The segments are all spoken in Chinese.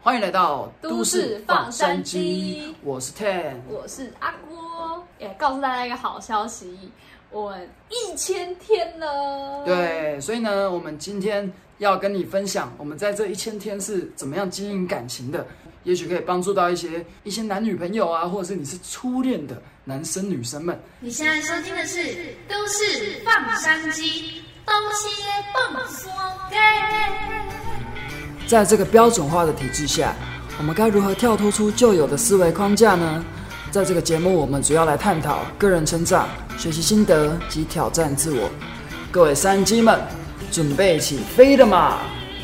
欢迎来到都市放山鸡， 我是 Ten， 我是阿郭。也告诉大家一个好消息，我们1000天了。 对，所以呢，我们今天要跟你分享，我们在这1000天是怎么样经营感情的，也许可以帮助到一些男女朋友啊，或者是你是初恋的男生女生们。 你现在收听的是《都市放山鸡》，东西蹦说给。 在这个标准化的体制下，我们该如何跳脱出旧有的思维框架呢？在这个节目，我们主要来探讨个人成长、学习心得及挑战自我。各位山鸡们，准备起飞了吗？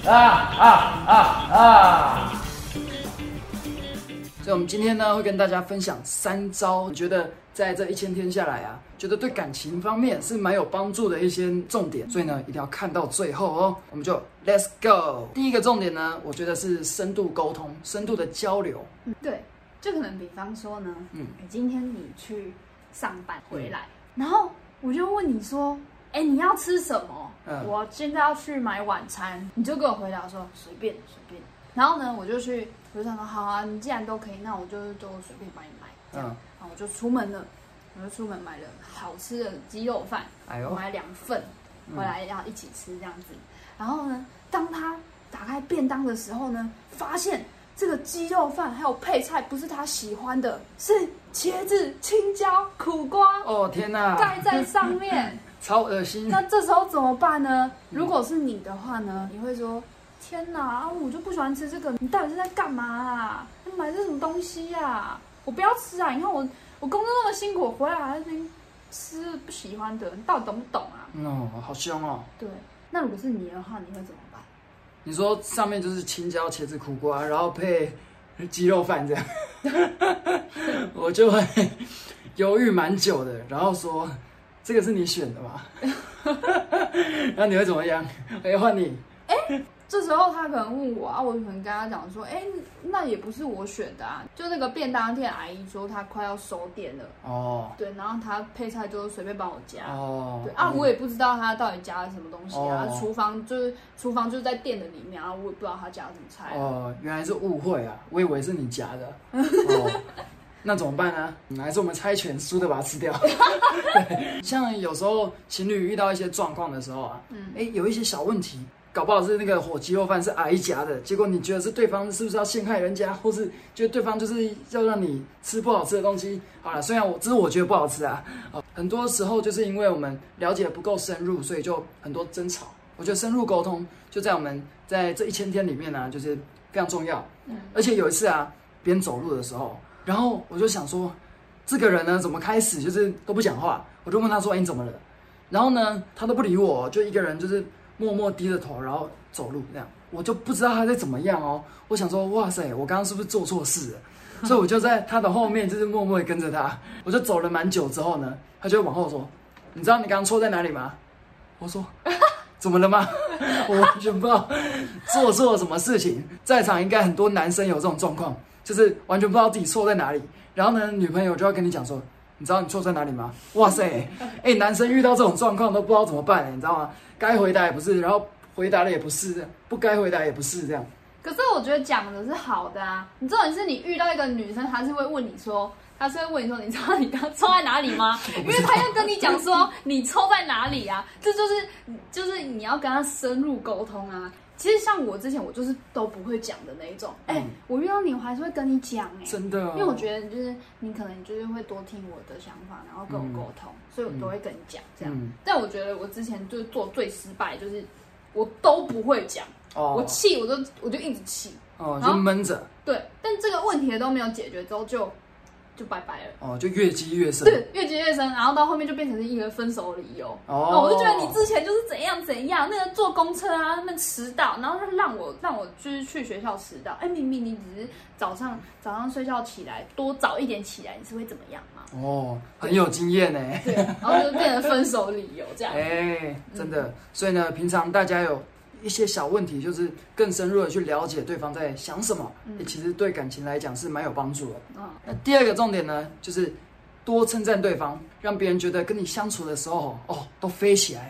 所以，我们今天呢会跟大家分享3招，我觉得在这1000天下来啊，觉得对感情方面是蛮有帮助的一些重点，所以呢一定要看到最后哦。我们就 Let's go。第一个重点呢，我觉得是深度沟通、深度的交流。 对，就可能比方说呢，今天你去上班回来，然后我就问你说，你要吃什么？我现在要去买晚餐，你就给我回答说随便。然后呢，我就想说好啊，你既然都可以，那我就随便帮你买。然后我就出门了，买了好吃的鸡肉饭，我买2份回来要一起吃这样子。然后呢，当他打开便当的时候呢，发现这个鸡肉饭还有配菜不是他喜欢的，是茄子、青椒、苦瓜。哦天哪！盖在上面， 超恶心。 那这时候怎么办呢？如果是你的话呢，你会说：天哪，我就不喜欢吃这个，你到底是在干嘛啊？你买这什么东西啊？我不要吃啊！你看我工作那么辛苦，回来还在那边吃不喜欢的，你到底懂不懂啊？ 好凶哦。 对，那如果是你的话，你会怎么办？ 你说上面就是青椒、茄子、苦瓜，然后配鸡肉饭这样，我就会犹豫蛮久的，然后说这个是你选的吗？然后你会怎么样？换你。 这时候他可能问我啊，我可能跟他讲说，那也不是我选的啊，就那个便当店阿姨说她快要收店了。哦。对，然后她配菜就随便帮我加。哦。对啊，我也不知道她到底加了什么东西啊。厨房就是在店的里面啊，我也不知道她加了什么菜。哦， 原来是误会啊，我以为是你夹的。那怎么办呢？还是我们猜拳，输的把它吃掉。对，像有时候情侣遇到一些状况的时候啊，有一些小问题。搞不好是那个火鸡肉饭是阿姨夹的，结果你觉得是对方是不是要陷害人家，或是觉得对方就是要让你吃不好吃的东西？好了，虽然这是我觉得不好吃啊，很多时候就是因为我们了解不够深入，所以就很多争吵。我觉得深入沟通就在我们在这1000天里面呢，就是非常重要。而且有一次啊，边走路的时候，然后我就想说，这个人呢怎么开始就是都不讲话？我就问他说：“你怎么了？”然后呢，他都不理我，就一个人就是默默低着头，然后走路这样，我就不知道他在怎么样哦。我想说，哇塞，我刚刚是不是做错事了？所以我就在他的后面，就是默默的跟着他。我就走了蛮久之后呢，他就往后说：“你知道你刚刚错在哪里吗？”我说：“怎么了吗？”我完全不知道做错了什么事情。在场应该很多男生有这种状况，就是完全不知道自己错在哪里。然后呢，女朋友就要跟你讲说：“你知道你错在哪里吗？”哇塞，男生遇到这种状况都不知道怎么办，你知道吗？该回答也不是，然后回答了也不是，不该回答也不是这样。 可是我觉得讲的是好的啊，你重点是你遇到一个女生，她是会问你说，你知道你刚抽在哪里吗？因为她要跟你讲说你抽在哪里啊，这就是你要跟她深入沟通啊。其实像我之前，我就是都不会讲的那一种。我遇到你，我还是会跟你讲真的。 因为我觉得就是你可能就是会多听我的想法，然后跟我沟通，所以我都会跟你讲这样。但我觉得我之前就是做最失败，就是我都不会讲，我气我就一直气， 就闷着。 对，但这个问题都没有解决之后就拜拜了。 就越积越深。 对，越积越深，然后到后面就变成是一个分手的理由。我就觉得你之前就是怎样，那个坐公车啊，他们迟到，然后让我就是去学校迟到。明明你只是早上睡觉起来多早一点起来，你是会怎么样吗？ 很有经验呢。 对，然后就变成分手理由这样。 真的。所以呢，平常大家有一些小问题，就是更深入的去了解对方在想什么，其实对感情来讲是蛮有帮助的。那第二个重点呢，就是多称赞对方，让别人觉得跟你相处的时候都飞起来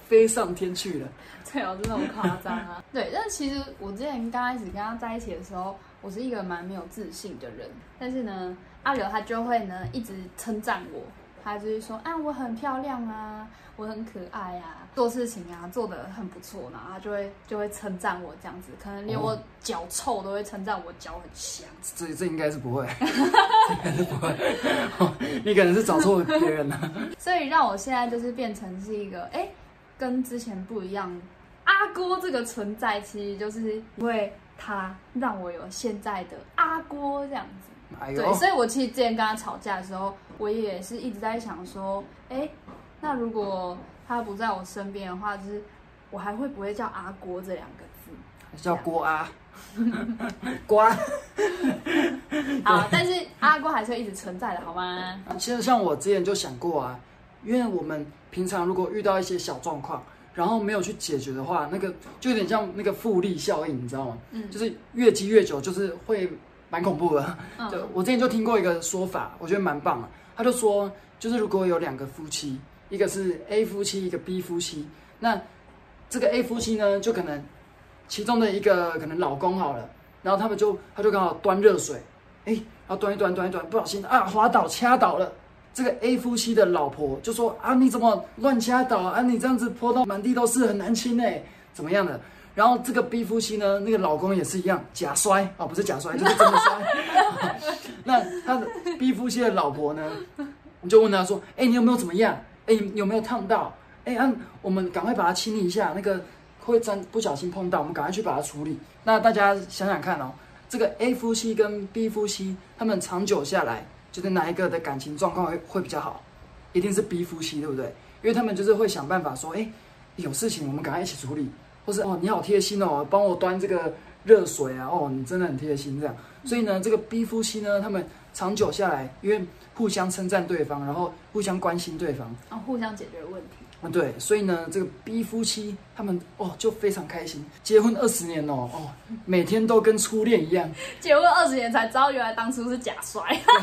飞上天去了。 对哦，真的很夸张啊。对，但其实我之前刚开始跟他在一起的时候，我是一个蛮没有自信的人。但是呢，阿刘他就会呢一直称赞我，他就是说啊我很漂亮啊，我很可爱啊，做事情啊做得很不错，然后他就会称赞我这样子，可能连我脚臭都会称赞我脚很香。 这应该是不会，这应该是不会，你可能是找错别人了。 所以让我现在就是变成是一个跟之前不一样。阿郭这个存在，其实就是因为他让我有现在的阿郭这样子。对，所以我其实之前跟他吵架的时候，我也是一直在想说，那如果他不在我身边的话，就是我还会不会叫阿郭这2个字？ 叫郭阿，郭。 好，但是阿郭还是会一直存在的，好吗？ 其实像我之前就想过啊，因为我们平常如果遇到一些小状况，然后没有去解决的话，那个就有点像那个复利效应，你知道吗？就是越积越久，就是会蛮恐怖的。就我之前就听过一个说法，我觉得蛮棒的。他就说，就是如果有2个夫妻，一个是 A 夫妻，一个 B 夫妻，那这个 A 夫妻呢，就可能其中的一个可能老公好了，然后他就刚好端热水，然后端一端，不小心滑倒掐倒了。这个 A 夫妻的老婆就说啊，你怎么乱掐倒啊？你这样子泼到满地都是，很难清怎么样的？然后这个 B 夫妻呢，那个老公也是一样假摔不是假摔，就是真的摔。那他的 B 夫妻的老婆呢，你就问他说，你有没有怎么样？你有没有烫到？我们赶快把它清理一下，那个会不小心碰到，我们赶快去把它处理。那大家想想看这个 A 夫妻跟 B 夫妻，他们长久下来，就是哪一个的感情状况会比较好？一定是 B 夫妻，对不对？因为他们就是会想办法说，有事情我们赶快一起处理，或是你好贴心帮我端这个热水啊，你真的很贴心这样。所以呢，这个 B 夫妻呢，他们长久下来，因为互相称赞对方，然后互相关心对方， 互相解决问题。 对，所以呢，这个 B 夫妻他们就非常开心，结婚20年每天都跟初恋一样。 结婚20年才知道，原来当初是假摔。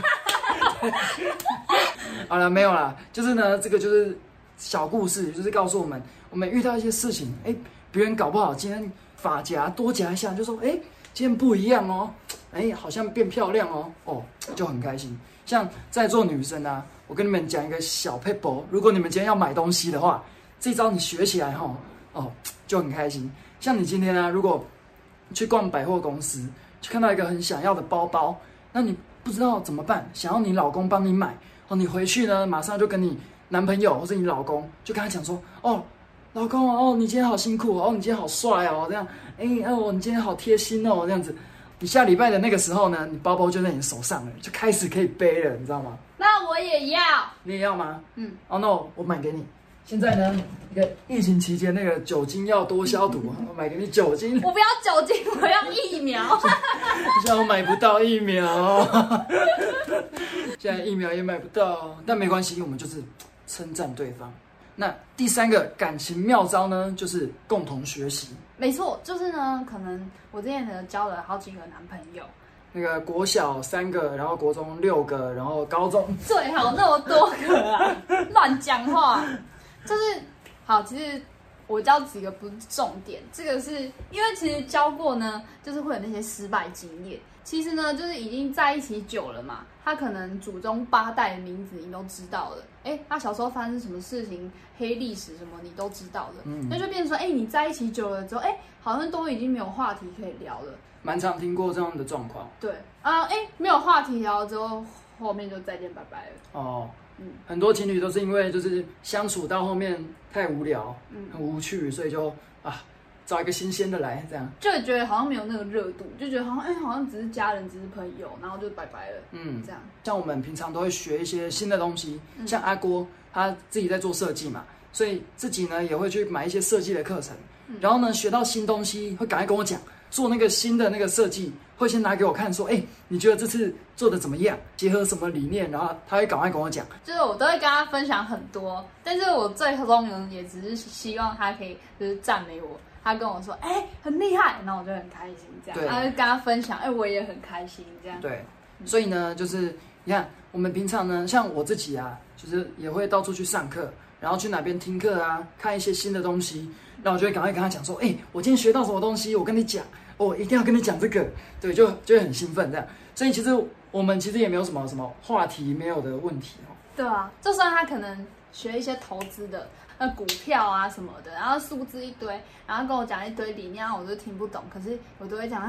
好了，没有啦，就是呢，这个就是小故事，就是告诉我们遇到一些事情，别人搞不好今天发夹多夹一下，就说今天不一样好像变漂亮就很开心。像在座女生啊，我跟你们讲一个小撇步，如果你们今天要买东西的话，这招你学起来就很开心。像你今天啊，如果去逛百货公司，去看到一个很想要的包包，那你不知道怎么办，想要你老公帮你买你回去呢，马上就跟你男朋友或者你老公就跟他讲说，老公你今天好辛苦你今天好帅这样，你今天好贴心这样子。你下礼拜的那个时候呢，你包包就在你手上了，就开始可以背了，你知道吗？ 那我也要。 你也要吗？那我买给你。现在呢，那个疫情期间那个酒精要多消毒，我买给你酒精。 我不要酒精，我要疫苗。 现在我买不到疫苗，现在疫苗也买不到，但没关系，我们就是称赞对方。那第3个感情妙招呢，就是共同学习。 没错，就是呢，可能我之前呢交了好几个男朋友， 那个国小3个，然后国中6个，然后高中最好那么多个啊，乱讲话。就是好，其实我教几个不是重点，这个是因为其实教过呢，就是会有那些失败经验。其实呢，就是已经在一起久了嘛，他可能祖宗8代的名字你都知道了，他小时候发生什么事情，黑历史什么你都知道了，那就变成说，你在一起久了之后，好像都已经没有话题可以聊了。 蛮常听过这样的状况。 对啊，没有话题聊之后，后面就再见拜拜了。 很多情侣都是因为就是相处到后面太无聊，很无趣，所以就找一个新鲜的来，这样就觉得好像没有那个热度，就觉得好像只是家人，只是朋友，然后就拜拜了。这样。像我们平常都会学一些新的东西， 像阿郭他自己在做设计嘛，所以自己呢也会去买一些设计的课程，然后呢学到新东西会赶快跟我讲，做那个新的那个设计会先拿给我看，说你觉得这次做的怎么样？结合什么理念？然后他会赶快跟我讲， 就是我都会跟他分享很多，但是我最终呢也只是希望他可以就是赞美我。他跟我说，很厉害，然后我就很开心，这样。他就跟他分享，我也很开心，这样。 对，所以呢，就是你看，我们平常呢，像我自己啊，就是也会到处去上课， 然后去哪边听课啊，看一些新的东西，然后我就会赶快跟他讲说，我今天学到什么东西，我跟你讲，一定要跟你讲这个，对，就会很兴奋这样。所以其实我们其实也没有什么话题没有的问题哦。 对啊，就算他可能学一些投资的。股票啊什么的，然后数字一堆，然后跟我讲一堆理念，我就听不懂，可是我都会讲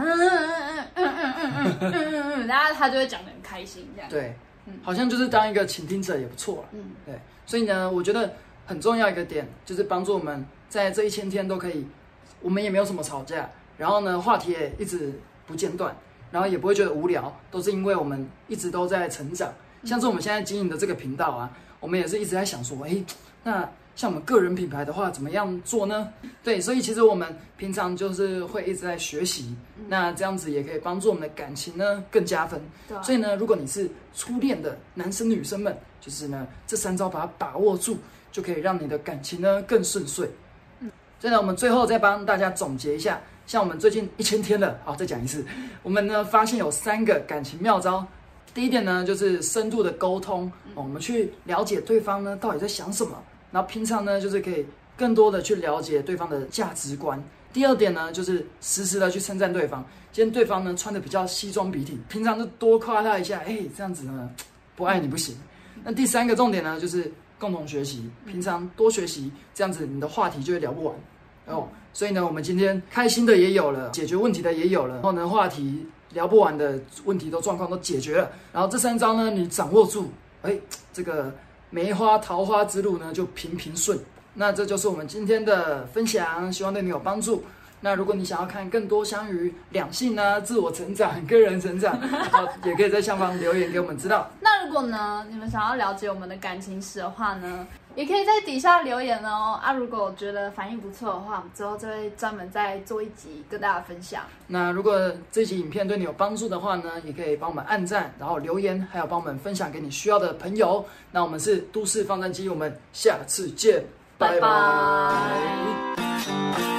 然后他就会讲得很开心这样。 对，好像就是当一个倾听者也不错了。对，所以呢，我觉得很重要一个点就是帮助我们在这1000天都可以，我们也没有什么吵架，然后呢话题也一直不间断，然后也不会觉得无聊，都是因为我们一直都在成长。像是我们现在经营的这个频道啊，我们也是一直在想说，那像我们个人品牌的话，怎么样做呢？对，所以其实我们平常就是会一直在学习，那这样子也可以帮助我们的感情呢更加分。所以呢，如果你是初恋的男生女生们，就是呢这3招把它把握住，就可以让你的感情呢更顺遂。所以呢，我们最后再帮大家总结一下，像我们最近1000天了，好，再讲一次，我们呢发现有3个感情妙招。第一点呢，就是深度的沟通，我们去了解对方呢到底在想什么。然后平常呢，就是可以更多的去了解对方的价值观。第二点呢，就是时时的去称赞对方。今天对方呢穿的比较西装笔挺，平常就多夸他一下，这样子呢不爱你不行。那第3个重点呢，就是共同学习，平常多学习，这样子你的话题就会聊不完所以呢，我们今天开心的也有了，解决问题的也有了，然后呢话题聊不完的问题状况都解决了。然后这3招呢，你掌握住，这个梅花桃花之路呢就平顺。那这就是我们今天的分享，希望对你有帮助。那如果你想要看更多相于两性啊、自我成长、个人成长，也可以在下方留言给我们知道。 那如果呢，你们想要了解我们的感情史的话呢，也可以在底下留言哦。如果觉得反应不错的话，我们之后就会专门再做一集跟大家分享。 那如果这集影片对你有帮助的话呢，也可以帮我们按赞，然后留言，还有帮我们分享给你需要的朋友。那我们是都市放山鸡，我们下次见，拜拜。